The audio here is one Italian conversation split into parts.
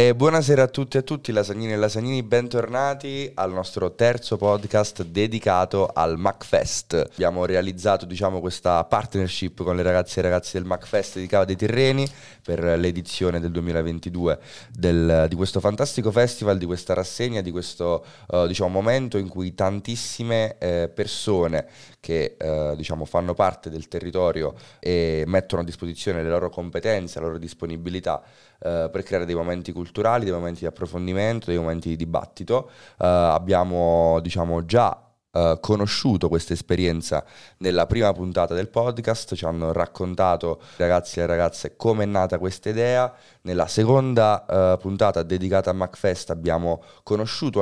E buonasera a tutti e a tutti, lasagnini e lasagnini, bentornati al nostro terzo podcast dedicato al McFest. Abbiamo realizzato, questa partnership con le ragazze e i ragazzi del McFest di Cava dei Tirreni per l'edizione del 2022 di questo fantastico festival, di questa rassegna, di questo momento in cui tantissime persone che fanno parte del territorio e mettono a disposizione le loro competenze, la loro disponibilità per creare dei momenti culturali, dei momenti di approfondimento, dei momenti di dibattito. Abbiamo già conosciuto questa esperienza nella prima puntata del podcast, ci hanno raccontato i ragazzi e le ragazze come è nata questa idea. Nella seconda puntata dedicata a McFest abbiamo conosciuto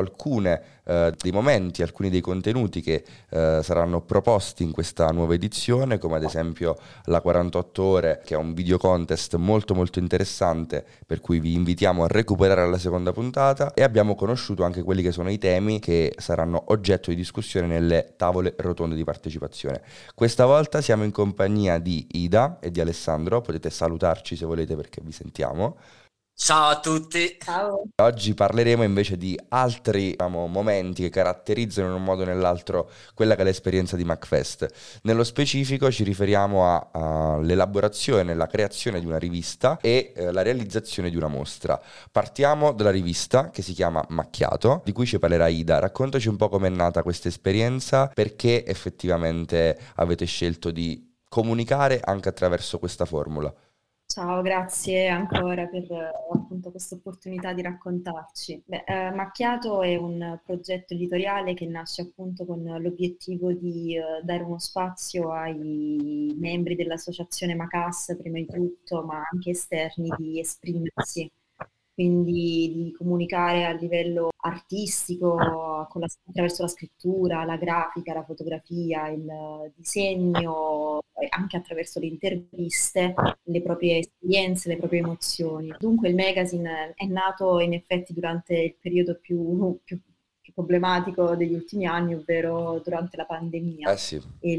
dei momenti, alcuni dei contenuti che saranno proposti in questa nuova edizione, come ad esempio la 48 ore, che è un video contest molto molto interessante, per cui vi invitiamo a recuperare la seconda puntata, e abbiamo conosciuto anche quelli che sono i temi che saranno oggetto di discussione nelle tavole rotonde di partecipazione. Questa volta siamo in compagnia di Ida e di Alessandro, potete salutarci se volete perché vi sentiamo. Ciao a tutti. Ciao. Oggi parleremo invece di altri momenti che caratterizzano in un modo o nell'altro quella che è l'esperienza di McFest. Nello specifico ci riferiamo all'elaborazione, la creazione di una rivista e la realizzazione di una mostra. Partiamo dalla rivista, che si chiama Macchiato, di cui ci parlerà Ida. Raccontaci un po' com'è nata questa esperienza, perché effettivamente avete scelto di comunicare anche attraverso questa formula. Ciao, grazie ancora per appunto questa opportunità di raccontarci. Macchiato è un progetto editoriale che nasce appunto con l'obiettivo di dare uno spazio ai membri dell'associazione Macas, prima di tutto, ma anche esterni, di esprimersi, quindi di comunicare a livello artistico, attraverso la scrittura, la grafica, la fotografia, il disegno, e anche attraverso le interviste, le proprie esperienze, le proprie emozioni. Dunque il magazine è nato in effetti durante il periodo più problematico degli ultimi anni, ovvero durante la pandemia. Sì.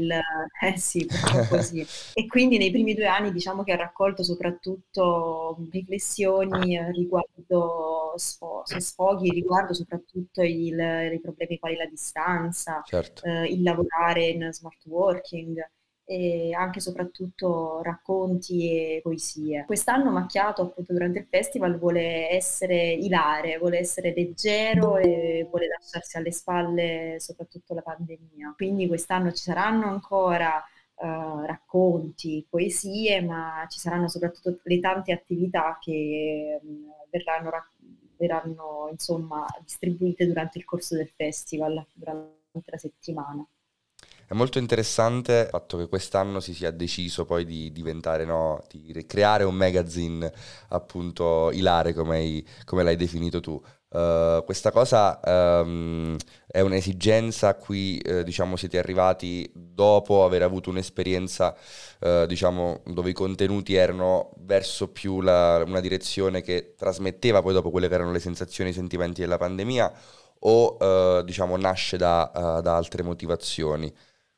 Sì, purtroppo sì. E quindi nei primi 2 anni diciamo che ha raccolto soprattutto riflessioni riguardo sfoghi riguardo soprattutto i problemi quali la distanza, Certo. il lavorare in smart working, e anche e soprattutto racconti e poesie. Quest'anno Macchiato, appunto, durante il festival vuole essere ilare, vuole essere leggero e vuole lasciarsi alle spalle soprattutto la pandemia. Quindi quest'anno ci saranno ancora racconti, poesie, ma ci saranno soprattutto le tante attività che verranno insomma distribuite durante il corso del festival, durante la settimana. È molto interessante il fatto che quest'anno si sia deciso poi di diventare, no, di creare un magazine appunto ilare, come l'hai definito tu. Questa cosa è un'esigenza a cui siete arrivati dopo aver avuto un'esperienza dove i contenuti erano verso più una direzione che trasmetteva poi dopo quelle che erano le sensazioni e i sentimenti della pandemia, o nasce da altre motivazioni?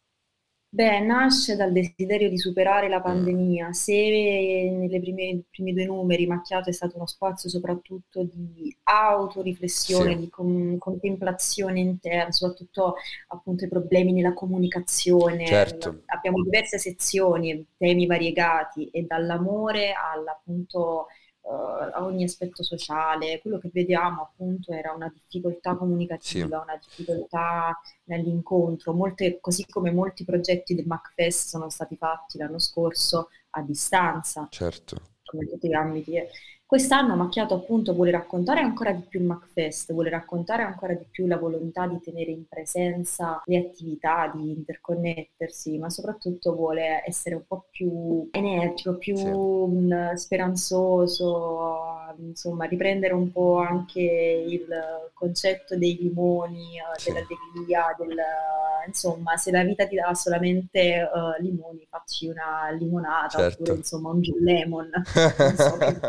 Nasce dal desiderio di superare la Mm. pandemia. Se nelle primi 2 numeri Macchiato è stato uno spazio soprattutto di Sì, autoriflessione, di contemplazione interna, soprattutto appunto i problemi nella comunicazione. certo. Abbiamo diverse sezioni, temi variegati, e dall'amore appunto a ogni aspetto sociale. Quello che vediamo appunto era una difficoltà Sì, comunicativa, una difficoltà nell'incontro, così come molti progetti del McFest sono stati fatti l'anno scorso a distanza, certo. come in tutti gli ambiti. Quest'anno Macchiato appunto vuole raccontare ancora di più il McFest, vuole raccontare ancora di più la volontà di tenere in presenza le attività, di interconnettersi, ma soprattutto vuole essere un po' più energico, più Sì. speranzoso, insomma, riprendere un po' anche il concetto dei limoni, Sì. dell'allegria, insomma, se la vita ti dà solamente limoni, facci una limonata, oppure Certo. insomma un gin lemon, non so che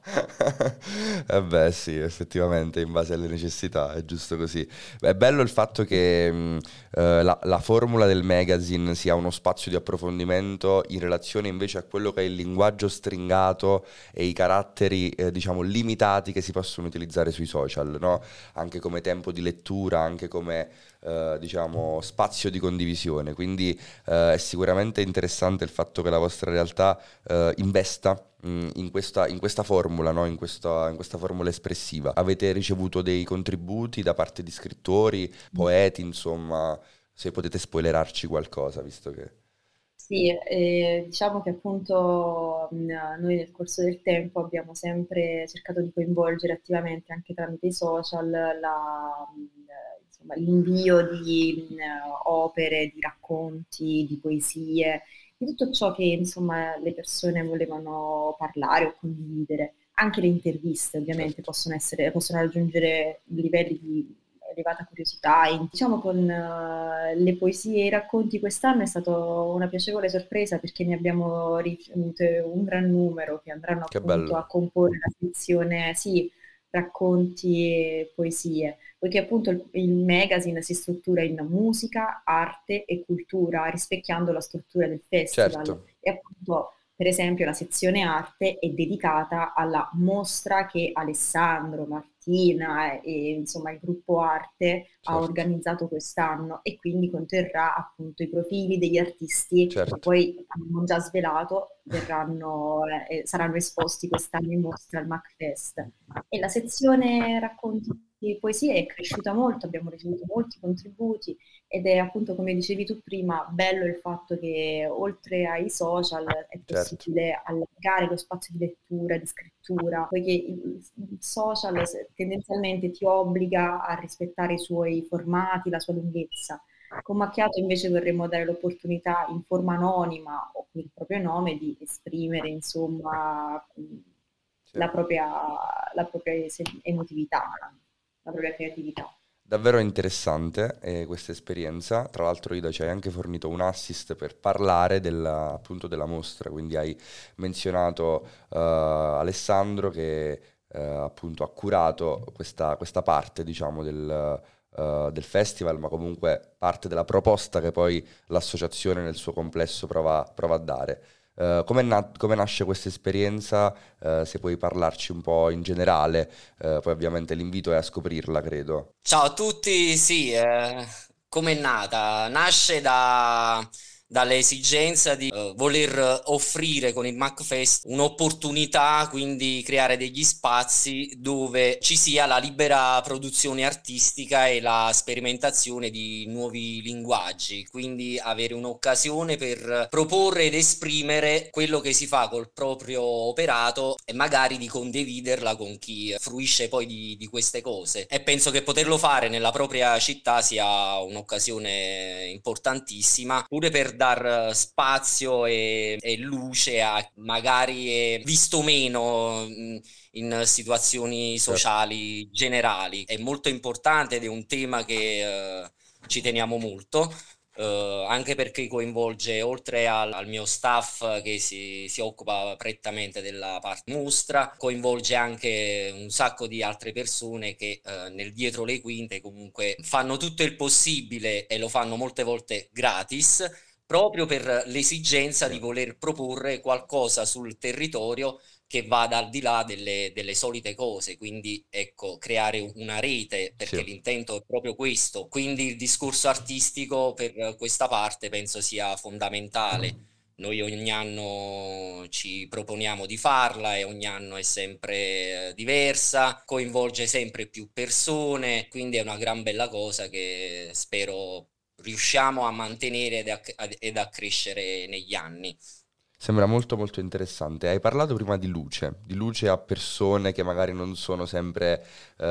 Eh beh, sì, effettivamente, in base alle necessità, è giusto così. Beh, è bello il fatto che la formula del magazine sia uno spazio di approfondimento in relazione invece a quello che è il linguaggio stringato e i caratteri, diciamo, limitati che si possono utilizzare sui social, no? Anche come tempo di lettura, anche come, diciamo, spazio di condivisione. Quindi è sicuramente interessante il fatto che la vostra realtà investa in questa formula, no? In questa formula espressiva. Avete ricevuto dei contributi da parte di scrittori, poeti, insomma, se potete spoilerarci qualcosa, visto che... Sì, diciamo che appunto noi nel corso del tempo abbiamo sempre cercato di coinvolgere attivamente anche tramite i social insomma, l'invio di opere, di racconti, di poesie, di tutto ciò che insomma le persone volevano parlare o condividere. Anche le interviste ovviamente Certo. possono raggiungere livelli di elevata curiosità e diciamo con le poesie e i racconti quest'anno è stata una piacevole sorpresa perché ne abbiamo ricevute un gran numero che andranno Che appunto bello. a comporre la sezione, sì, racconti e poesie, poiché appunto il magazine si struttura in musica, arte e cultura, rispecchiando la struttura del festival. Certo, E appunto, per esempio, la sezione arte è dedicata alla mostra che Alessandro, Martina e insomma il gruppo arte ha certo, organizzato quest'anno e quindi conterrà appunto i profili degli artisti che certo. poi abbiamo già svelato, saranno esposti quest'anno in mostra al MacFest. E la sezione racconti di poesie è cresciuta molto, abbiamo ricevuto molti contributi ed è appunto, come dicevi tu prima, bello il fatto che oltre ai social è Certo. possibile allargare lo spazio di lettura, di scrittura, poiché il social tendenzialmente ti obbliga a rispettare i suoi formati, la sua lunghezza. Con Macchiato invece vorremmo dare l'opportunità in forma anonima o con il proprio nome di esprimere insomma Sì. la propria emotività, la propria creatività. Davvero interessante questa esperienza. Tra l'altro Ida ci hai anche fornito un assist per parlare appunto della mostra, quindi hai menzionato Alessandro che appunto ha curato questa parte, diciamo, del festival, ma comunque parte della proposta che poi l'associazione nel suo complesso prova a dare. Come nasce questa esperienza? Se puoi parlarci un po' in generale, poi ovviamente l'invito è a scoprirla, credo. Ciao a tutti, sì, come è nata? Nasce dall'esigenza di voler offrire con il MacFest un'opportunità, quindi creare degli spazi dove ci sia la libera produzione artistica e la sperimentazione di nuovi linguaggi, quindi avere un'occasione per proporre ed esprimere quello che si fa col proprio operato e magari di condividerla con chi fruisce poi di queste cose. E penso che poterlo fare nella propria città sia un'occasione importantissima, pure per dar spazio e luce a magari visto meno in situazioni Certo. sociali generali. È molto importante ed è un tema che ci teniamo molto. Anche perché coinvolge, oltre al mio staff che si occupa prettamente della parte mostra, coinvolge anche un sacco di altre persone che nel dietro le quinte comunque fanno tutto il possibile e lo fanno molte volte gratis, proprio per l'esigenza Sì, di voler proporre qualcosa sul territorio che vada al di là delle solite cose, quindi ecco, creare una rete, sì, perché l'intento è proprio questo, quindi il discorso artistico per questa parte penso sia fondamentale. Noi ogni anno ci proponiamo di farla e ogni anno è sempre diversa, coinvolge sempre più persone, quindi è una gran bella cosa che spero riusciamo a mantenere ed a crescere negli anni. sembra molto molto interessante. Hai parlato prima di luce a persone che magari non sono sempre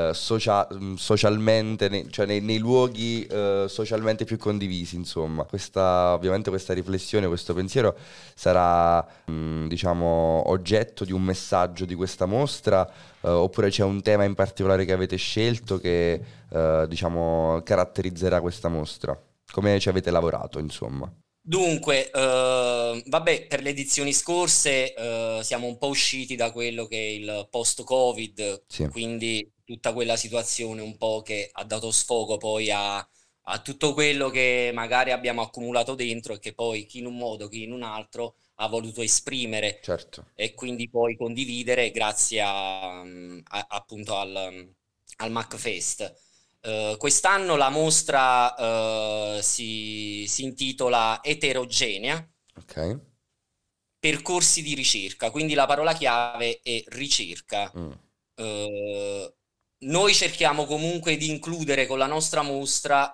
socialmente, cioè nei luoghi socialmente più condivisi, insomma. Ovviamente questa riflessione, questo pensiero sarà, diciamo, oggetto di un messaggio di questa mostra, oppure c'è un tema in particolare che avete scelto che, diciamo, caratterizzerà questa mostra? Come ci avete lavorato, insomma? Dunque, vabbè, per le edizioni scorse siamo un po' usciti da quello che è il post-Covid, Sì, quindi tutta quella situazione un po' che ha dato sfogo poi a tutto quello che magari abbiamo accumulato dentro e che poi chi in un modo, chi in un altro ha voluto esprimere Certo. e quindi poi condividere grazie appunto al MacFest. Quest'anno la mostra si intitola Eterogenea, Ok. percorsi di ricerca, quindi la parola chiave è ricerca. Mm. Noi cerchiamo comunque di includere con la nostra mostra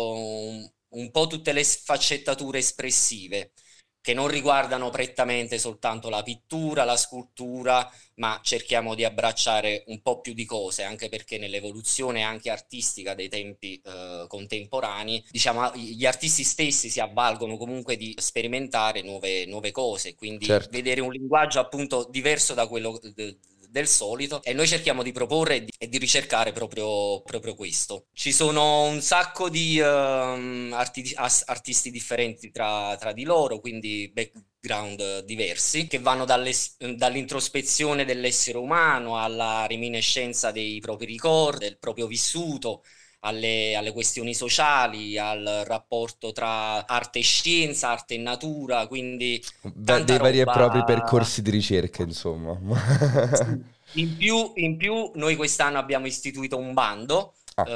un po' tutte le sfaccettature espressive che non riguardano prettamente soltanto la pittura, la scultura, ma cerchiamo di abbracciare un po' più di cose, anche perché nell'evoluzione anche artistica dei tempi contemporanei, diciamo, gli artisti stessi si avvalgono comunque di sperimentare nuove cose, quindi Certo. vedere un linguaggio appunto diverso da quello del solito, e noi cerchiamo di proporre e di ricercare proprio questo. Ci sono un sacco di artisti differenti tra di loro, quindi background diversi, che vanno dall'introspezione dell'essere umano alla reminiscenza dei propri ricordi, del proprio vissuto, alle questioni sociali, al rapporto tra arte e scienza, arte e natura, quindi tanta Dei veri e propri roba. percorsi di ricerca, insomma. Sì. In più noi quest'anno abbiamo istituito Ah,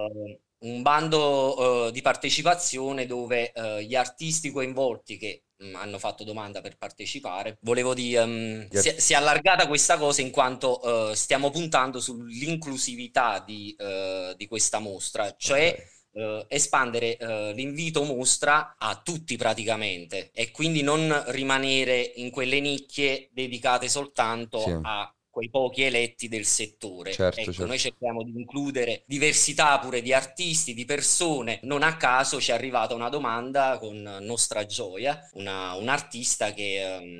un bando di partecipazione dove gli artisti coinvolti che hanno fatto domanda per partecipare, volevo dire, gli ar- si è allargata questa cosa in quanto stiamo puntando sull'inclusività di questa mostra, ok, cioè espandere l'invito mostra a tutti praticamente, e quindi non rimanere in quelle nicchie dedicate sì, soltanto a quei pochi eletti del settore. certo, Ecco, noi certo. cerchiamo di includere diversità pure di artisti, di persone. Non a caso ci è arrivata una domanda con nostra gioia, un'artista che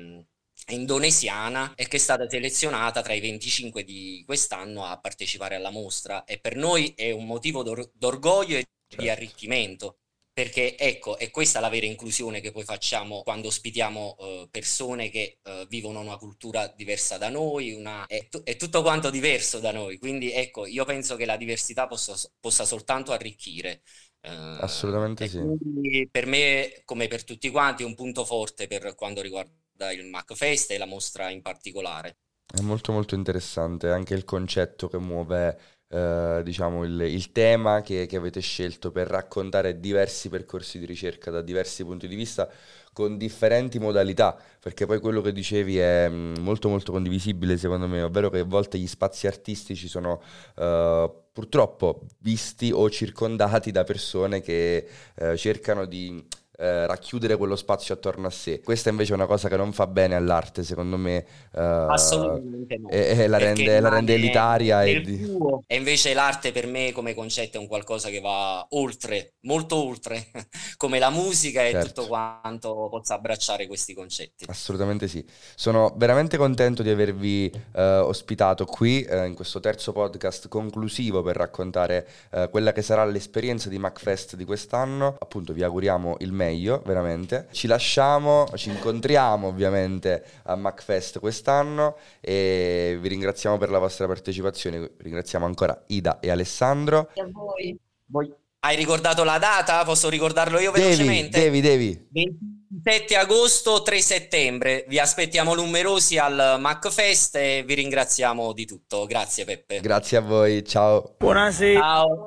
è indonesiana e che è stata selezionata tra i 25 di quest'anno a partecipare alla mostra, e per noi è un motivo d'orgoglio e di Certo. arricchimento. Perché ecco, è questa la vera inclusione che poi facciamo quando ospitiamo persone che vivono una cultura diversa da noi, è tutto quanto diverso da noi. Quindi ecco, io penso che la diversità possa soltanto arricchire. Assolutamente E sì. quindi per me, come per tutti quanti, è un punto forte per quanto riguarda il MacFest e la mostra in particolare. È molto molto interessante anche il concetto che muove, diciamo, il tema che avete scelto per raccontare diversi percorsi di ricerca da diversi punti di vista con differenti modalità, perché poi quello che dicevi è molto molto condivisibile secondo me, ovvero che a volte gli spazi artistici sono purtroppo visti o circondati da persone che cercano di racchiudere quello spazio attorno a sé. Questa invece è una cosa che non fa bene all'arte, secondo me, Assolutamente no, e perché la rende rimane elitaria e nel suo. E invece l'arte per me come concetto è un qualcosa che va oltre, molto oltre, come la musica e certo. tutto quanto possa abbracciare questi concetti. Assolutamente sì. Sono veramente contento di avervi ospitato qui in questo terzo podcast conclusivo per raccontare quella che sarà l'esperienza di MacFest di quest'anno. Appunto, vi auguriamo il meglio, veramente. Ci lasciamo, ci incontriamo ovviamente a MacFest quest'anno e vi ringraziamo per la vostra partecipazione. Ringraziamo ancora Ida e Alessandro. A voi. Hai ricordato la data? Posso ricordarlo io Devi, velocemente? devi, devi. 27 agosto, 3 settembre. Vi aspettiamo numerosi al MacFest e vi ringraziamo di tutto. Grazie Peppe. Grazie a voi, ciao. Ciao.